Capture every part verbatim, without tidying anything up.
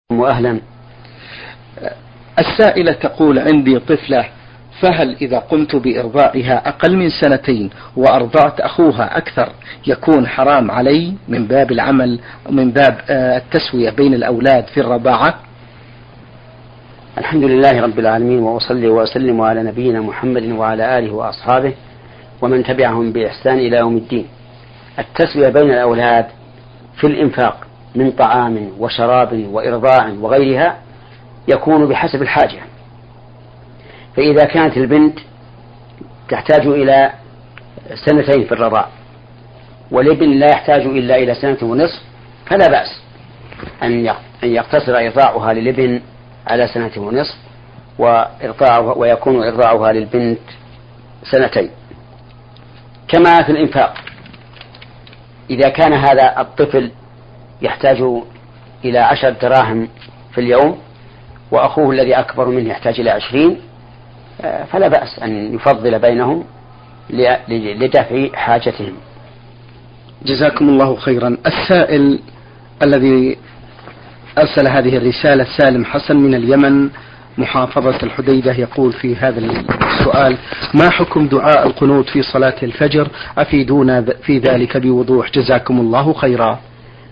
وأهلا. السائلة تقول: عندي طفلة، فهل إذا قمت بإرضاعها أقل من سنتين وأرضعت أخوها أكثر يكون حرام علي من باب العمل من باب التسوية بين الأولاد في الرضاعة؟ الحمد لله رب العالمين، وأصلي وأسلم على نبينا محمد وعلى آله وأصحابه ومن تبعهم بإحسان إلى يوم الدين. التسوية بين الأولاد في الإنفاق من طعام وشراب وإرضاع وغيرها يكون بحسب الحاجة. فإذا كانت البنت تحتاج إلى سنتين في الرضاع والابن لا يحتاج إلا إلى سنة ونصف فلا بأس أن يقتصر إرضاعها للابن على سنة ونصف وإرضاعها ويكون إرضاعها للبنت سنتين. كما في الإنفاق، إذا كان هذا الطفل يحتاج إلى عشر دراهم في اليوم وأخوه الذي أكبر منه يحتاج إلى عشرين فلا بأس أن يفضل بينهم لدفع حاجتهم. جزاكم الله خيرا. السائل الذي أرسل هذه الرسالة سالم حسن من اليمن محافظة الحديدة يقول في هذا السؤال: ما حكم دعاء القنوت في صلاة الفجر؟ أفيدونا في ذلك بوضوح جزاكم الله خيرا.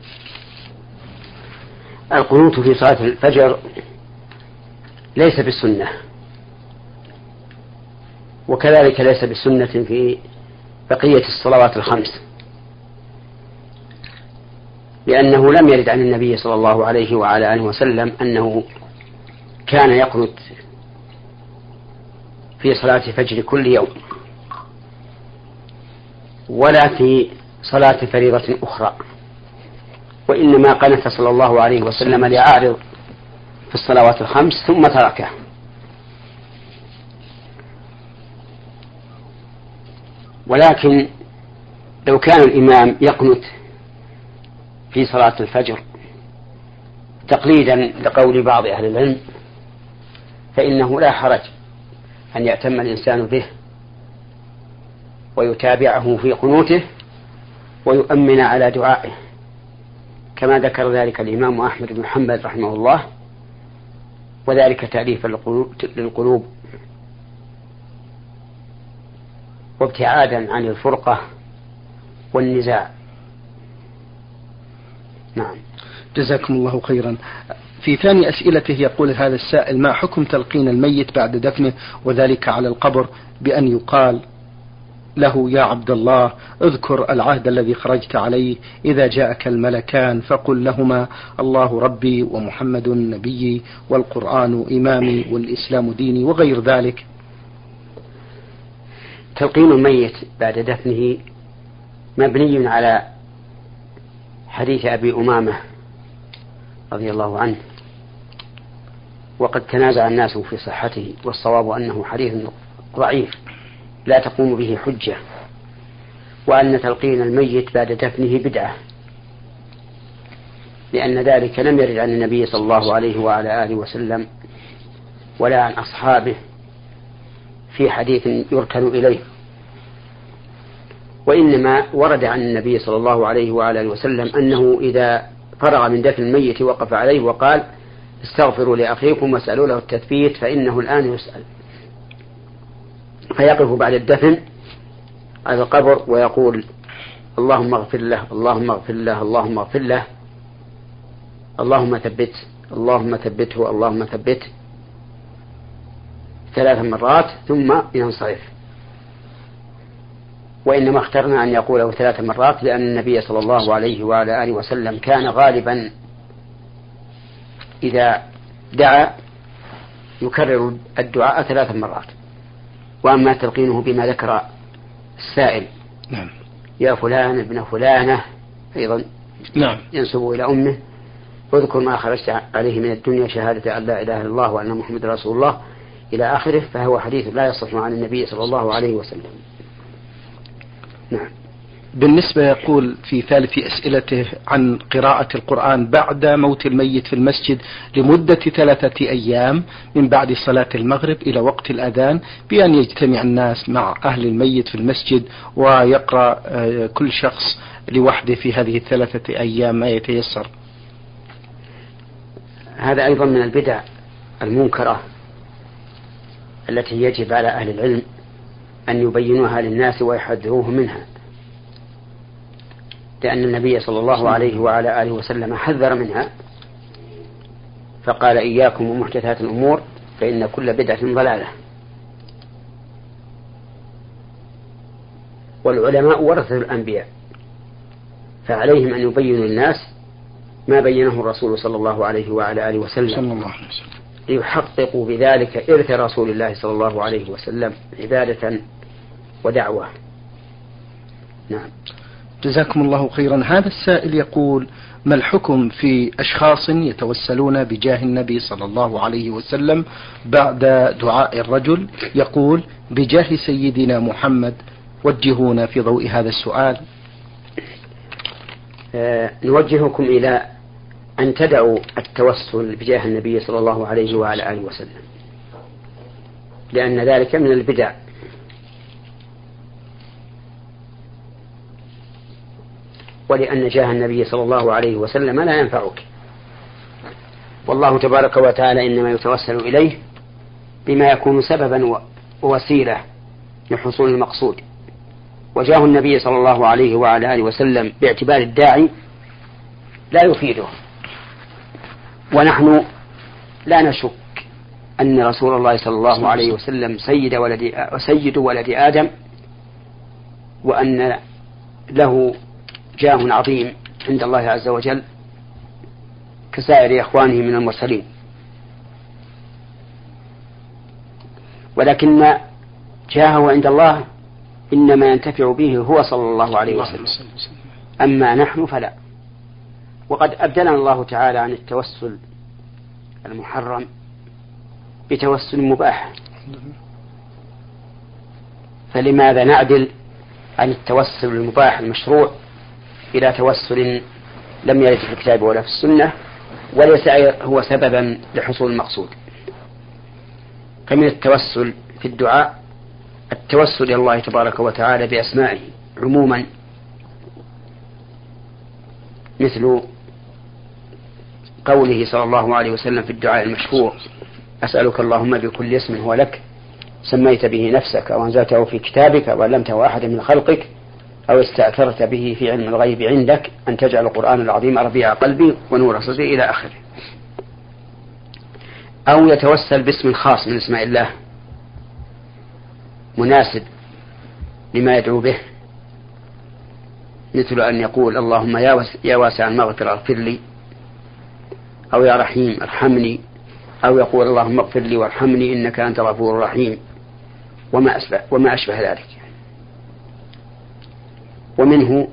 القنوت في صلاة الفجر ليس بالسنة، وكذلك ليس بالسنة في بقية الصلوات الخمس، لأنه لم يرد عن النبي صلى الله عليه وعلى آله وسلم أنه كان يقنت في صلاة فجر كل يوم ولا في صلاة فريضة أخرى، وإنما قنت صلى الله عليه وسلم لعارض في الصلوات الخمس ثم تركه. ولكن لو كان الإمام يقنت في صلاة الفجر تقليدا لقول بعض أهل العلم فإنه لا حرج أن يأتم الإنسان به ويتابعه في قنوته ويؤمن على دعائه، كما ذكر ذلك الإمام أحمد بن حنبل رحمه الله، وذلك تأليفا للقلوب وابتعادا عن الفرقة والنزاع. نعم. جزاكم الله خيرا. في ثاني أسئلته يقول هذا السائل: ما حكم تلقين الميت بعد دفنه وذلك على القبر بأن يقال له: يا عبد الله اذكر العهد الذي خرجت عليه، إذا جاءك الملكان فقل لهما الله ربي ومحمد نبيي والقرآن إمامي والإسلام ديني وغير ذلك؟ تلقين الميت بعد دفنه مبني على حديث أبي أمامة رضي الله عنه، وقد تنازع الناس في صحته، والصواب أنه حديث ضعيف لا تقوم به حجة، وأن تلقين الميت بعد دفنه بدعة، لأن ذلك لم يرد عن النبي صلى الله عليه وعلى آله وسلم ولا عن أصحابه في حديث يركن إليه، وإنما ورد عن النبي صلى الله عليه وعلى آله وسلم أنه إذا فرغ من دفن الميت وقف عليه وقال: استغفروا لأخيكم واسألوا له التثبيت فإنه الآن يسأل، فيقف بعد الدفن على القبر ويقول: اللهم اغفر له اللهم اغفر له اللهم اغفر له اللهم ثبت اللهم ثبته اللهم ثبته ثلاث مرات ثم ينصرف. وإنما اخترنا أن يقوله ثلاث مرات لأن النبي صلى الله عليه وعلى آله وسلم كان غالبا إذا دعا يكرر الدعاء ثلاث مرات. وأما تلقينه بما ذكر السائل: نعم. يا فلان ابن فلانة، أيضا نعم. ينسب إلى أمه: اذكر ما خرجت عليه من الدنيا شهادة أن لا إله إلا الله وأن محمد رسول الله إلى آخره، فهو حديث لا يصح عن النبي صلى الله عليه وسلم. نعم. بالنسبة يقول في ثالث أسئلته عن قراءة القرآن بعد موت الميت في المسجد لمدة ثلاثة أيام من بعد صلاة المغرب إلى وقت الأذان، بأن يجتمع الناس مع أهل الميت في المسجد ويقرأ كل شخص لوحده في هذه الثلاثة أيام ما يتيسر. هذا أيضا من البدع المنكرة التي يجب على أهل العلم أن يبينوها للناس ويحذروهم منها، لأن النبي صلى الله عليه وعلى آله وسلم حذر منها فقال إياكم ومحدثات الأمور فإن كل بدعة ضلالة. والعلماء ورثة الأنبياء فعليهم أن يبينوا للناس ما بينه الرسول صلى الله عليه وعلى آله وسلم ليحققوا بذلك إرث رسول الله صلى الله عليه وسلم عبادة ودعوة. نعم. جزاكم الله خيرا. هذا السائل يقول: ما الحكم في أشخاص يتوسلون بجاه النبي صلى الله عليه وسلم بعد دعاء الرجل يقول: بجاه سيدنا محمد وجهونا في ضوء هذا السؤال؟ آه نوجهكم إلى أن تدعوا التوسل بجاه النبي صلى الله عليه وعلى آله وسلم، لأن ذلك من البدع، ولأن جاه النبي صلى الله عليه وسلم لا ينفعك، والله تبارك وتعالى إنما يتوسل إليه بما يكون سببا ووسيلة لحصول المقصود، وجاه النبي صلى الله عليه وعلى آله وسلم باعتبار الداعي لا يفيده. ونحن لا نشك أن رسول الله صلى الله عليه وسلم سيد ولد سيد ولد آدم، وأن له جاه عظيم عند الله عز وجل كسائر إخوانه من المرسلين، ولكن جاهه عند الله إنما ينتفع به هو صلى الله عليه وسلم، أما نحن فلا. وقد أبدلنا الله تعالى عن التوسل المحرم بتوسل مباح، فلماذا نعدل عن التوسل المباح المشروع إلى توسل لم يرد في الكتاب ولا في السنة وليس هو سببا لحصول المقصود؟ فمن التوسل في الدعاء التوسل إلى الله تبارك وتعالى بأسمائه عموما، مثل قوله صلى الله عليه وسلم في الدعاء المشهور: أسألك اللهم بكل اسم هو لك سميت به نفسك أو أنزلته في كتابك أو علمته أحدا من خلقك أو استأثرت به في علم الغيب عندك أن تجعل القرآن العظيم ربيع قلبي ونور صدري إلى آخره. أو يتوسل باسم خاص من اسماء الله مناسب لما يدعو به، مثل أن يقول: اللهم يا واسع المغفرة اغفر لي، أو يا رحيم ارحمني، أو يقول: اللهم اغفر لي وارحمني إنك أنت الغفور الرحيم، وما أشبه, وما أشبه ذلك. ومنه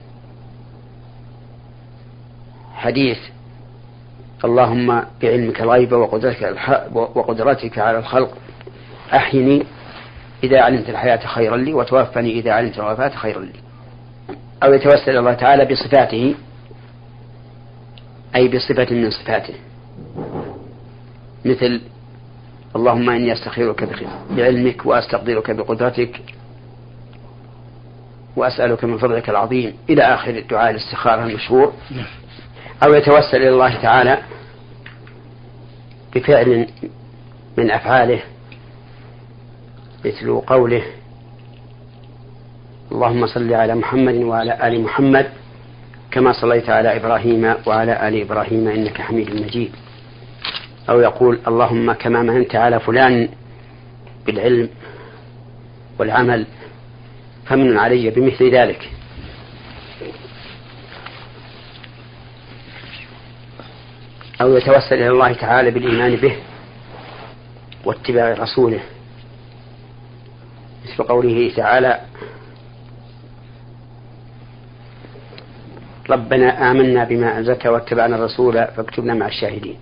حديث: اللهم بعلمك الغيب وقدرتك, وقدرتك على الخلق أحيني إذا علمت الحياة خيرا لي وتوفني إذا علمت الوفاة خيرا لي. أو يتوسل الله تعالى بصفاته، أي بصفة من صفاته، مثل: اللهم إني أستخيرك بعلمك وأستقدرك بقدرتك وأسألك من فضلك العظيم إلى آخر الدعاء الاستخارة المشهور. أو يتوسل إلى الله تعالى بفعل من أفعاله، مثل قوله: اللهم صل على محمد وعلى آل محمد كما صليت على إبراهيم وعلى آل إبراهيم إنك حميد مجيد. أو يقول: اللهم كما مننت على فلان بالعلم والعمل فمن علي بمثل ذلك. أو يتوسل إلى الله تعالى بالإيمان به واتباع رسوله، مثل قوله تعالى: ربنا آمنا بما أنزلت واتبعنا الرسول فاكتبنا مع الشاهدين.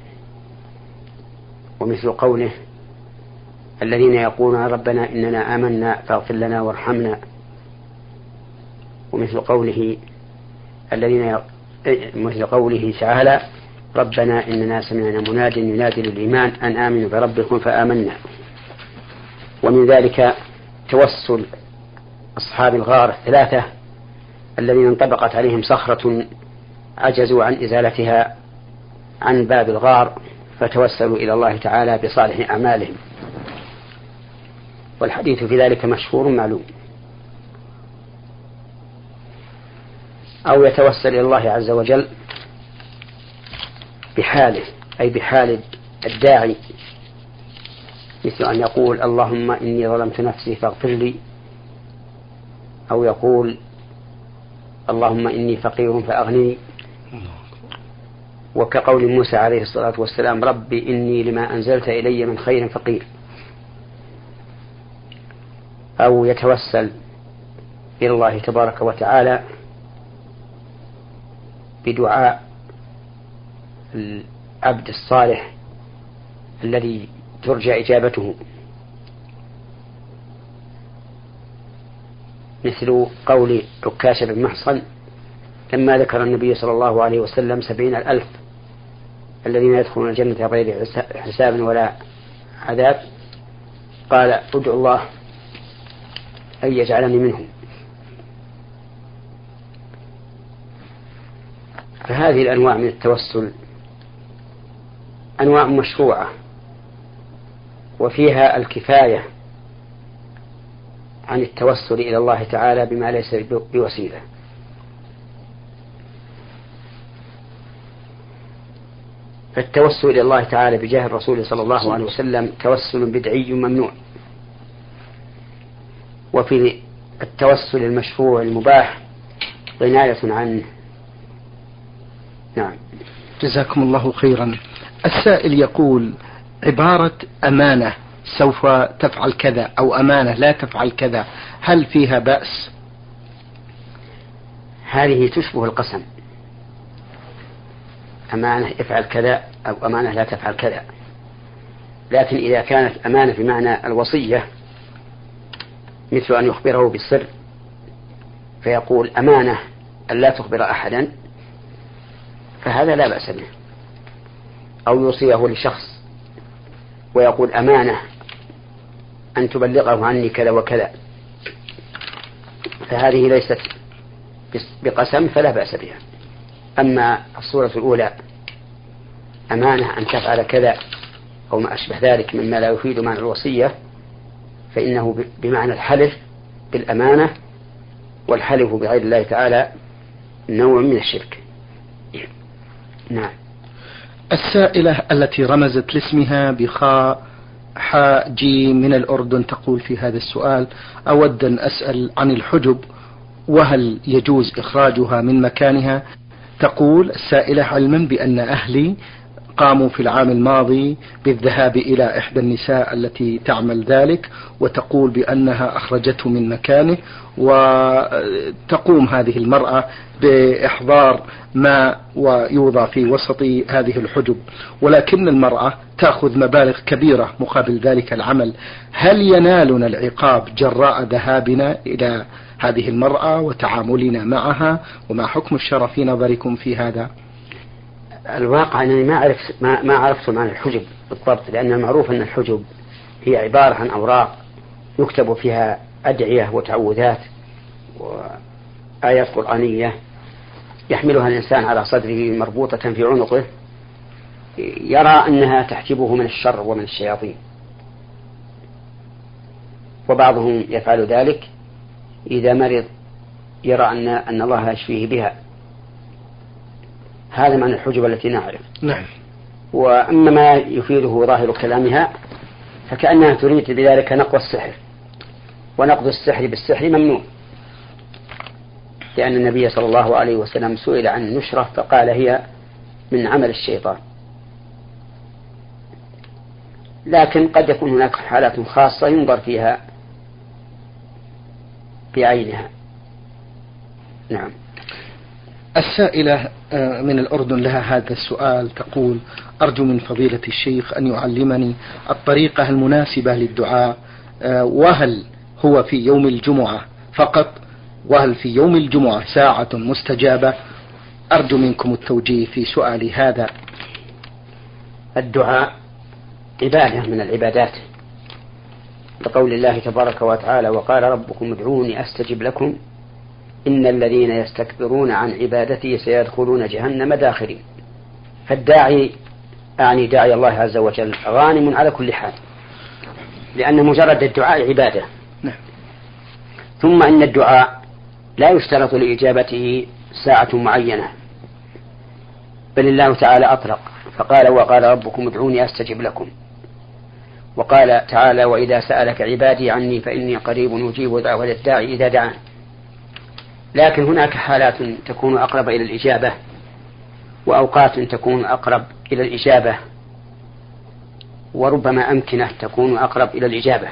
ومثل قوله: الذين يقولون ربنا إننا آمنا فاغفر لنا وارحمنا. ومثل قوله الذين ي... مثل قوله تعالى: ربنا إننا سمعنا مناد ينادي للإيمان أن آمنوا بربكم فآمنا. ومن ذلك توسل أصحاب الغار الثلاثة الذين انطبقت عليهم صخرة عجزوا عن إزالتها عن باب الغار فتوسلوا إلى الله تعالى بصالح أعمالهم، والحديث في ذلك مشهور معلوم. أو يتوسل إلى الله عز وجل بحاله، أي بحال الداعي، مثل أن يقول اللهم إني ظلمت نفسي فاغفر لي، أو يقول اللهم إني فقير فأغنني، وكقول موسى عليه الصلاة والسلام ربي إني لما أنزلت إلي من خير فقير. أو يتوسل إلى الله تبارك وتعالى بدعاء العبد الصالح الذي ترجى إجابته، مثل قول عكاشة بن محصن لما ذكر النبي صلى الله عليه وسلم سبعين الألف الذين يدخلون الجنة بغير حساب ولا عذاب، قال ادعو الله أن يجعلني منهم. فهذه الأنواع من التوسل أنواع مشروعة، وفيها الكفاية عن التوسل إلى الله تعالى بما ليس بوسيلة. فالتوسل إلى الله تعالى بجاه الرسول صلى الله عليه وسلم توسل بدعي ممنوع. وفي التوسل المشروع المباح عناية عنه. نعم. جزاكم الله خيرا. السائل يقول عبارة أمانة سوف تفعل كذا أو أمانة لا تفعل كذا، هل فيها بأس؟ هذه تشبه القسم، أمانة افعل كذا أو أمانة لا تفعل كذا. لكن إذا كانت أمانة بمعنى الوصية، مثل أن يخبره بالسر فيقول أمانة أن لا تخبر أحدا، فهذا لا بأس به. أو يوصيه لشخص ويقول أمانة أن تبلغه عني كذا وكذا، فهذه ليست بقسم فلا بأس بها. أما الصورة الأولى أمانة أن تفعل كذا أو ما أشبه ذلك مما لا يفيد معنى الوصية، فإنه بمعنى الحلف بالأمانة، والحلف بغير الله تعالى نوع من الشرك. نعم. السائلة التي رمزت لاسمها بخاء حاء جيم من الأردن تقول في هذا السؤال: أود أن أسأل عن الحجب وهل يجوز إخراجها من مكانها؟ تقول السائلة: علما بأن أهلي قاموا في العام الماضي بالذهاب إلى إحدى النساء التي تعمل ذلك، وتقول بأنها أخرجته من مكانه، وتقوم هذه المرأة بإحضار ماء ويوضع في وسط هذه الحجب، ولكن المرأة تأخذ مبالغ كبيرة مقابل ذلك العمل. هل ينالنا العقاب جراء ذهابنا إلى هذه المرأة وتعاملنا معها؟ وما حكم الشرع في نظركم في هذا؟ الواقع أنني ما عرفت ما, ما عرفت معنى الحجب بالضبط، لأن المعروف أن الحجب هي عبارة عن أوراق يكتب فيها أدعية وتعوذات وآيات قرآنية يحملها الإنسان على صدره مربوطة في عنقه، يرى أنها تحجبه من الشر ومن الشياطين. وبعضهم يفعل ذلك إذا مرض يرى أن أن الله يشفيه بها. هذا معنى الحجب التي نعرف. نعم. وأما ما يفيده ظاهر كلامها فكأنها تريد بذلك نقض السحر، ونقض السحر بالسحر ممنوع، لأن النبي صلى الله عليه وسلم سئل عن النشرة فقال هي من عمل الشيطان. لكن قد يكون هناك حالات خاصة ينظر فيها بعينها. نعم. السائلة من الأردن لها هذا السؤال، تقول: أرجو من فضيلة الشيخ أن يعلمني الطريقة المناسبة للدعاء، وهل هو في يوم الجمعة فقط، وهل في يوم الجمعة ساعة مستجابة؟ أرجو منكم التوجيه في سؤالي هذا. الدعاء عبادة من العبادات، لقول الله تبارك وتعالى: وقال ربكم ادعوني أستجب لكم إن الذين يستكبرون عن عبادتي سيدخلون جهنم داخرين. فالداعي أعني داعي الله عز وجل غانم على كل حال، لأن مجرد الدعاء عبادة. ثم إن الدعاء لا يشترط لإجابته ساعة معينة، بل الله تعالى أطلق فقال وقال ربكم ادعوني أستجب لكم، وقال تعالى وإذا سألك عبادي عني فإني قريب أجيب دعوة الداعي إذا دعان. لكن هناك حالات تكون أقرب إلى الإجابة، وأوقات تكون أقرب إلى الإجابة، وربما أمكنة تكون أقرب إلى الإجابة.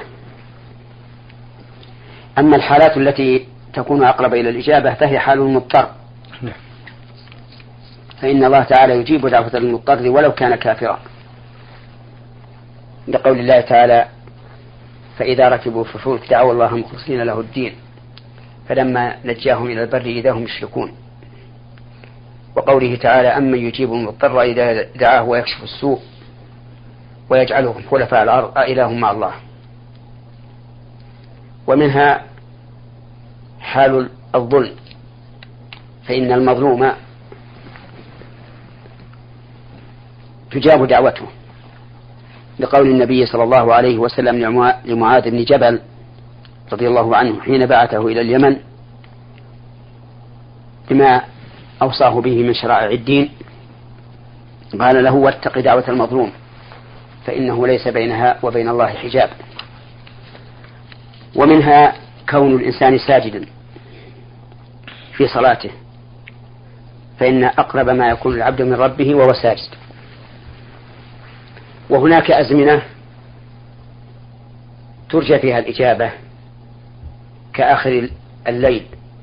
أما الحالات التي تكون أقرب إلى الإجابة فهي حال المضطر، فإن الله تعالى يجيب دعوة المضطر ولو كان كافرا، لقول الله تعالى فإذا ركبوا في الفلك دعوا الله مخلصين له الدين فلما نجاهم إلى البر إذا هم يشركون، وقوله تعالى أمن يجيب المضطر إذا دعاه ويكشف السوء ويجعلهم خلفاء الأرض أإله مع الله. ومنها حال الظلم، فإن المظلوم تجاب دعوته، لقول النبي صلى الله عليه وسلم لمعاذ بن جبل رضي الله عنه حين بعثه إلى اليمن بما أوصاه به من شرائع الدين، قال له واتق دعوة المظلوم فإنه ليس بينها وبين الله حجاب. ومنها كون الإنسان ساجدا في صلاته، فإن أقرب ما يكون العبد من ربه وهو ساجد. وهناك أزمنة ترجى فيها الإجابة كآخر الليل،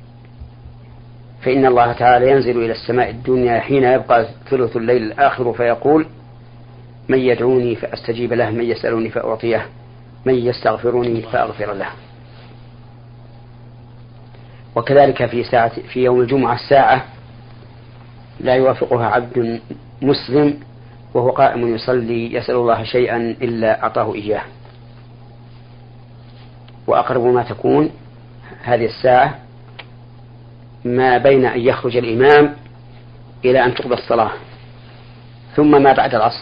فإن الله تعالى ينزل إلى السماء الدنيا حين يبقى ثلث الليل الآخر فيقول من يدعوني فأستجيب له، من يسألني فأعطيه، من يستغفرني فأغفر له. وكذلك في ساعة في يوم الجمعة الساعة لا يوافقها عبد مسلم وهو قائم يصلي يسأل الله شيئا إلا أعطاه إياه. وأقرب ما تكون هذه الساعة ما بين أن يخرج الإمام إلى أن تقضى الصلاة، ثم ما بعد العصر.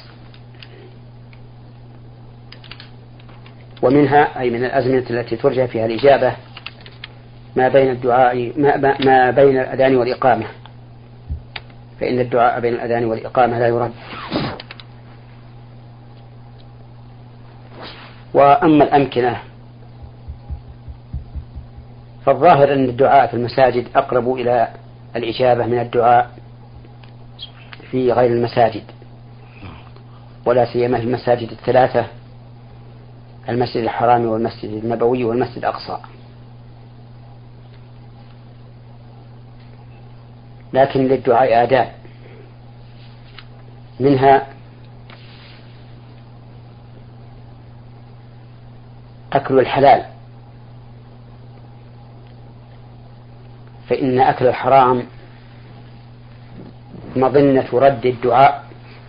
ومنها أي من الأزمنة التي ترجى فيها الإجابة ما بين الدعاء ما, ما بين الأذان والإقامة، فإن الدعاء بين الأذان والإقامة لا يرد. وأما الأمكنة فالظاهر أن الدعاء في المساجد أقرب إلى الإجابة من الدعاء في غير المساجد، ولا سيما في المساجد الثلاثة المسجد الحرام والمسجد النبوي والمسجد الأقصى. لكن للدعاء آداب، منها أكل الحلال، فإن أكل الحرام مظنة رد الدعاء،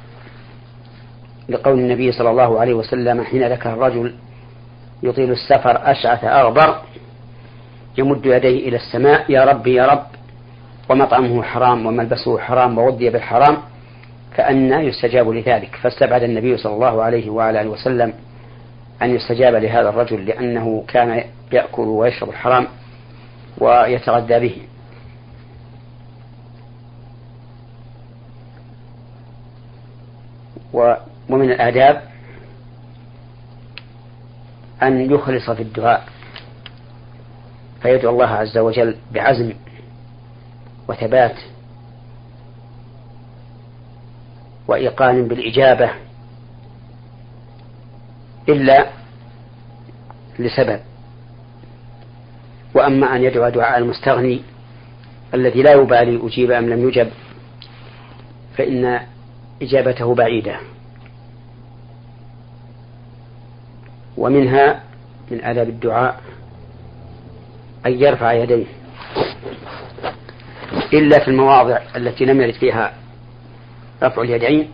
لقول النبي صلى الله عليه وسلم حين ذكر الرجل يطيل السفر أشعث أغبر يمد يديه إلى السماء يا رب يا رب ومطعمه حرام وملبسه حرام وغذي بالحرام فأنى يستجاب لذلك. فاستبعد النبي صلى الله عليه وآله وسلم أن يستجاب لهذا الرجل، لأنه كان يأكل ويشرب الحرام ويتغذى به. ومن الآداب أن يخلص في الدعاء، فيدعو الله عز وجل بعزم وثبات وإيقان بالإجابة، إلا لسبب. وأما أن يدعو دعاء المستغني الذي لا يبالي أجيب أم لم يجب فإن إجابته بعيدة. ومنها من آداب الدعاء أن يرفع يديه، إلا في المواضع التي لم يرد فيها رفع اليدين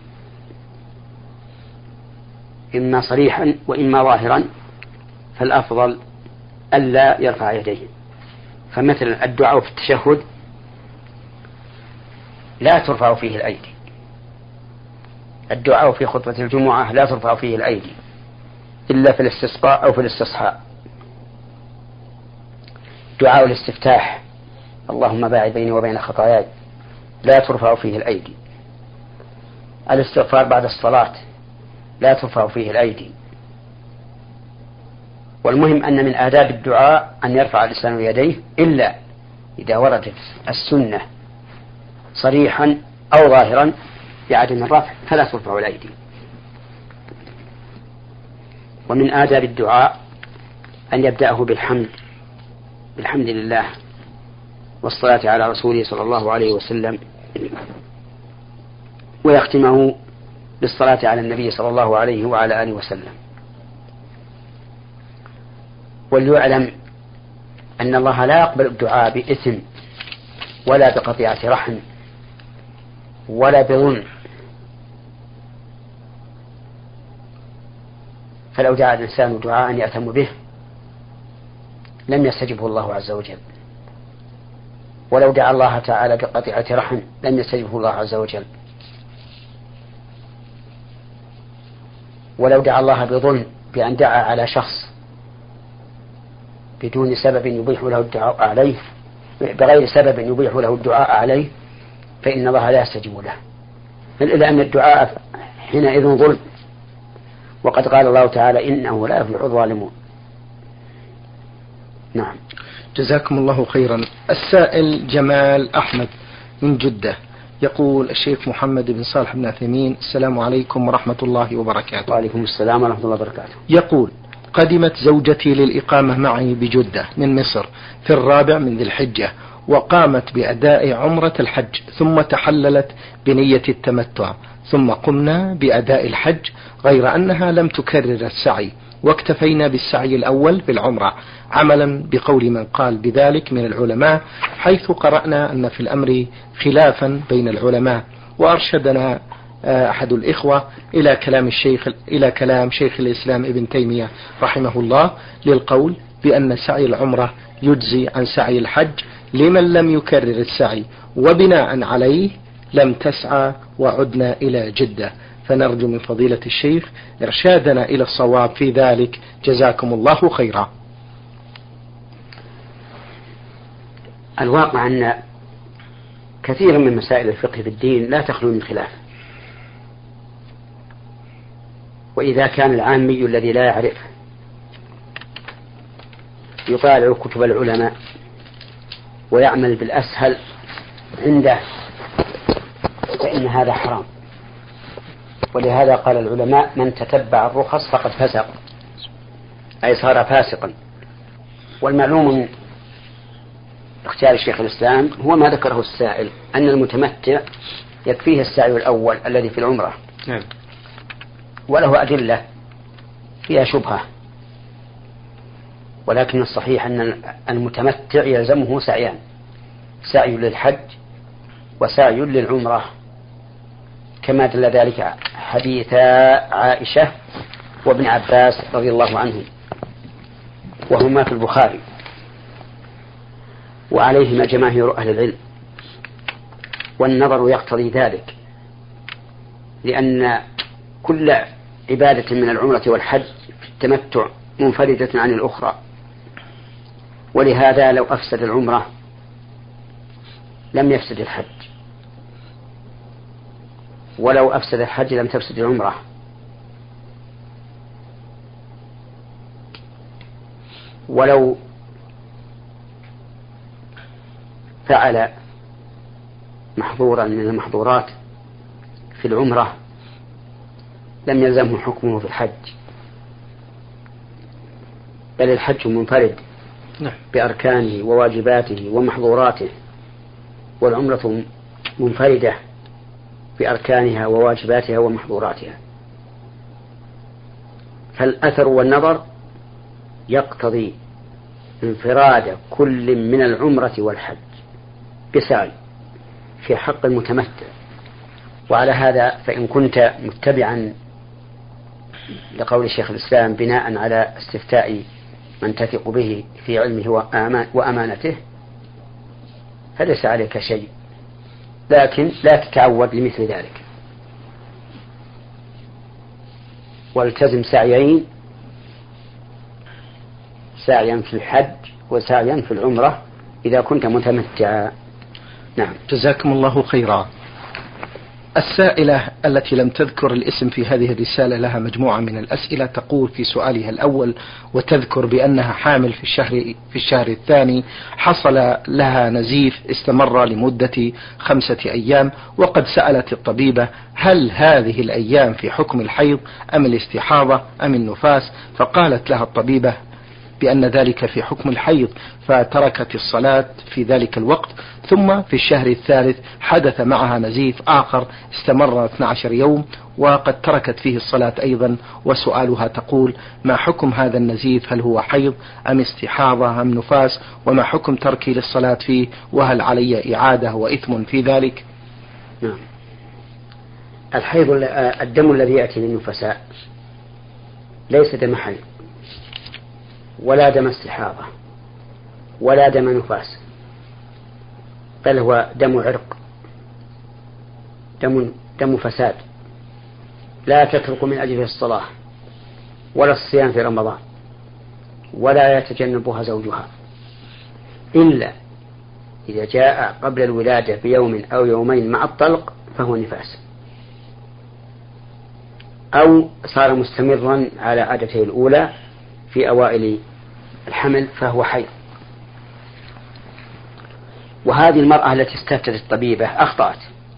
إما صريحا وإما ظاهرا، فالأفضل ألا يرفع يديه. فمثلا الدعاء في التشهد لا ترفع فيه الأيدي، الدعاء في خطبة الجمعة لا ترفع فيه الأيدي إلا في الاستسقاء أو في الاستصحاء. دعاء الاستفتاح اللهم باعد بيني وبين خطاياي لا ترفع فيه الأيدي. الاستغفار بعد الصلاة لا ترفع فيه الأيدي. والمهم أن من آداب الدعاء أن يرفع الإنسان يديه إلا إذا وردت السنة صريحا أو ظاهرا بعدم الرفع فلا ترفع الأيدي. ومن آداب الدعاء أن يبدأه بالحمد بالحمد لله والصلاة على رسوله صلى الله عليه وسلم، ويختمه بالصلاة على النبي صلى الله عليه وعلى آله وسلم. وليعلم أن الله لا يقبل الدعاء بإثم ولا بقطيعة رحم ولا بظلم. فلو دعا الإنسان دعاء يأثم به لم يستجبه الله عز وجل، ولو دعا الله تعالى بقطيعة رحم لم يستجبه الله عز وجل، ولو دعا الله بظلم بأن دعا على شخص بدون سبب يبيح له الدعاء عليه بغير سبب يبيح له الدعاء عليه فإن الله لا يستجيب له، لأن الدعاء حينئذ ظلم. وقد قال الله تعالى إنه لا يفلح الظالمون. نعم. جزاكم الله خيرا. السائل جمال أحمد من جدة يقول: الشيخ محمد بن صالح بن عثيمين، السلام عليكم ورحمة الله وبركاته. وعليكم السلام ورحمة الله وبركاته. يقول: قدمت زوجتي للإقامة معي بجدة من مصر في الرابع من ذي الحجة، وقامت بأداء عمرة الحج ثم تحللت بنية التمتع، ثم قمنا بأداء الحج غير أنها لم تكرر السعي، واكتفينا بالسعي الأول في العمرة عملا بقول من قال بذلك من العلماء، حيث قرأنا أن في الأمر خلافا بين العلماء. وأرشدنا أحد الإخوة إلى كلام الشيخ إلى كلام شيخ الإسلام ابن تيمية رحمه الله للقول بأن سعي العمرة يجزي عن سعي الحج لمن لم يكرر السعي، وبناء عليه لم تسعى وعدنا إلى جدة. فنرجو من فضيلة الشيخ إرشادنا إلى الصواب في ذلك، جزاكم الله خيرا. الواقع أن كثير من مسائل الفقه في الدين لا تخلو من خلاف، وإذا كان العامي الذي لا يعرف يطالع كتب العلماء ويعمل بالأسهل عنده فإن هذا حرام. ولهذا قال العلماء: من تتبع الرخص فقد فسق، أي صار فاسقا. والمعلوم من اختيار الشيخ الإسلام هو ما ذكره السائل، أن المتمتع يكفيه السعي الأول الذي في العمرة، وله أدلة فيها شبهة، ولكن الصحيح أن المتمتع يلزمه سعيان: سعي للحج وسعي للعمرة، كما دل ذلك حديث عائشة وابن عباس رضي الله عنهم، وهما في البخاري، وعليهما جماهير أهل العلم. والنظر يقتضي ذلك، لأن كل عبادة من العمرة والحج في التمتع منفردة عن الأخرى، ولهذا لو أفسد العمرة لم يفسد الحج، ولو أفسد الحج لم تفسد العمرة. ولو فعل محظورا من المحظورات في العمرة لم يلزمه حكمه في الحج، بل الحج منفرد بأركانه وواجباته ومحظوراته، والعمرة منفردة بأركانها وواجباتها ومحظوراتها. فالأثر والنظر يقتضي انفراد كل من العمرة والحج بسعي في حق المتمتع. وعلى هذا فإن كنت متبعا لقول الشيخ الإسلام بناء على استفتاء من تثق به في علمه وأمانته فليس عليك شيء، لكن لا تتعود لمثل ذلك. والتزم سعيين، سعيا في الحج وسعيا في العمرة إذا كنت متمتعا. نعم. جزاكم الله خيرا. السائلة التي لم تذكر الاسم في هذه الرسالة لها مجموعة من الأسئلة، تقول في سؤالها الأول وتذكر بأنها حامل في الشهر في الشهر الثاني، حصل لها نزيف استمر لمدة خمسة أيام، وقد سألت الطبيبة هل هذه الأيام في حكم الحيض أم الاستحاضة أم النفاس، فقالت لها الطبيبة بأن ذلك في حكم الحيض، فتركت الصلاة في ذلك الوقت. ثم في الشهر الثالث حدث معها نزيف آخر استمر اثني عشر يوم وقد تركت فيه الصلاة أيضا، وسؤالها تقول ما حكم هذا النزيف، هل هو حيض أم استحاضة أم نفاس، وما حكم تركي للصلاة فيه، وهل علي إعادة وإثم في ذلك؟ نعم. الحيض الدم الذي يأتي للنفساء ليس دم حيض ولا دم استحاضة ولا دم نفاس، بل هو دم عرق، دم, دم فساد لا تترك من أجله الصلاة ولا الصيام في رمضان ولا يتجنبها زوجها إلا إذا جاء قبل الولادة بيوم أو يومين مع الطلق فهو نفاس، أو صار مستمرا على عادته الأولى في أوائل الحمل فهو حيض. وهذه المرأة التي استفتت الطبيبة أخطأت،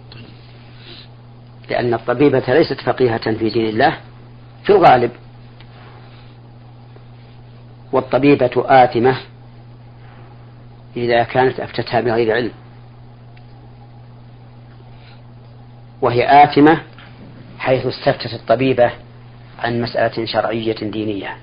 لأن الطبيبة ليست فقيهة في دين الله في الغالب، والطبيبة آثمة إذا كانت أفتتها بغير علم، وهي آثمة حيث استفتت الطبيبة عن مسألة شرعية دينية.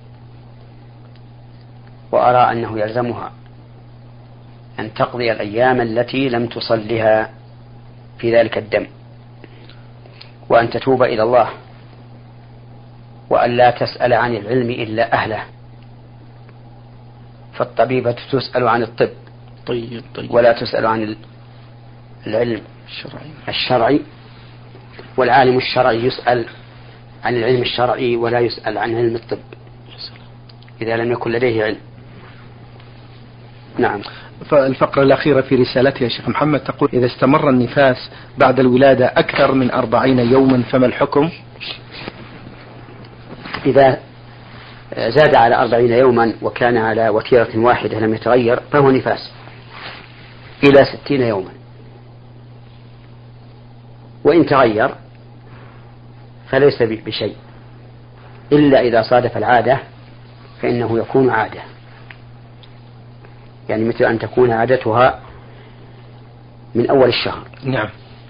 وأرى أنه يلزمها أن تقضي الأيام التي لم تصلها في ذلك الدم، وأن تتوب إلى الله، وأن لا تسأل عن العلم إلا أهله، فالطبيبة تسأل عن الطب طيب طيب. ولا تسأل عن العلم الشرعي. الشرعي، والعالم الشرعي يسأل عن العلم الشرعي ولا يسأل عن علم الطب إذا لم يكن لديه علم. نعم. فالفقرة الأخيرة في رسالتها يا شيخ محمد تقول إذا استمر النفاس بعد الولادة أكثر من أربعين يوما فما الحكم؟ إذا زاد على أربعين يوما وكان على وتيرة واحدة لم يتغير فهو نفاس إلى ستين يوما، وإن تغير فليس بشيء إلا إذا صادف العادة فإنه يكون عادة، يعني مثل أن تكون عادتها من أول الشهر. نعم.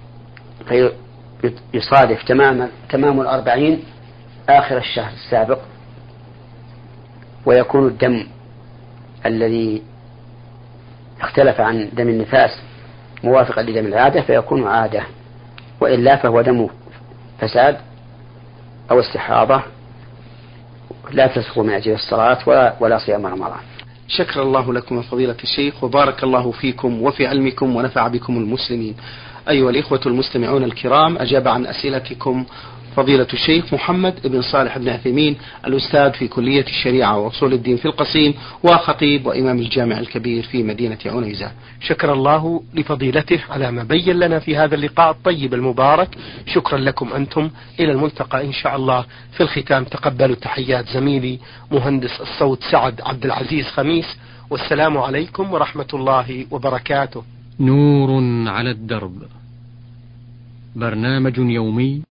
فيصادف تمام تمام الأربعين آخر الشهر السابق، ويكون الدم الذي اختلف عن دم النفاس موافقا لدم العادة فيكون عادة، وإلا فهو دم فساد أو استحاضة لا تسقط من أجل الصلاة ولا, ولا صيام رمضان. شكر الله لكم فضيلة الشيخ، وبارك الله فيكم وفي علمكم ونفع بكم المسلمين. أيها الإخوة المستمعون الكرام، أجاب عن أسئلتكم فضيلة الشيخ محمد بن صالح بن عثيمين، الأستاذ في كلية الشريعة وأصول الدين في القصيم، وخطيب وإمام الجامع الكبير في مدينة عنيزة. شكر الله لفضيلته على ما بين لنا في هذا اللقاء الطيب المبارك. شكرا لكم أنتم، إلى الملتقى إن شاء الله. في الختام تقبلوا تحيات زميلي مهندس الصوت سعد عبد العزيز خميس، والسلام عليكم ورحمة الله وبركاته. نور على الدرب، برنامج يومي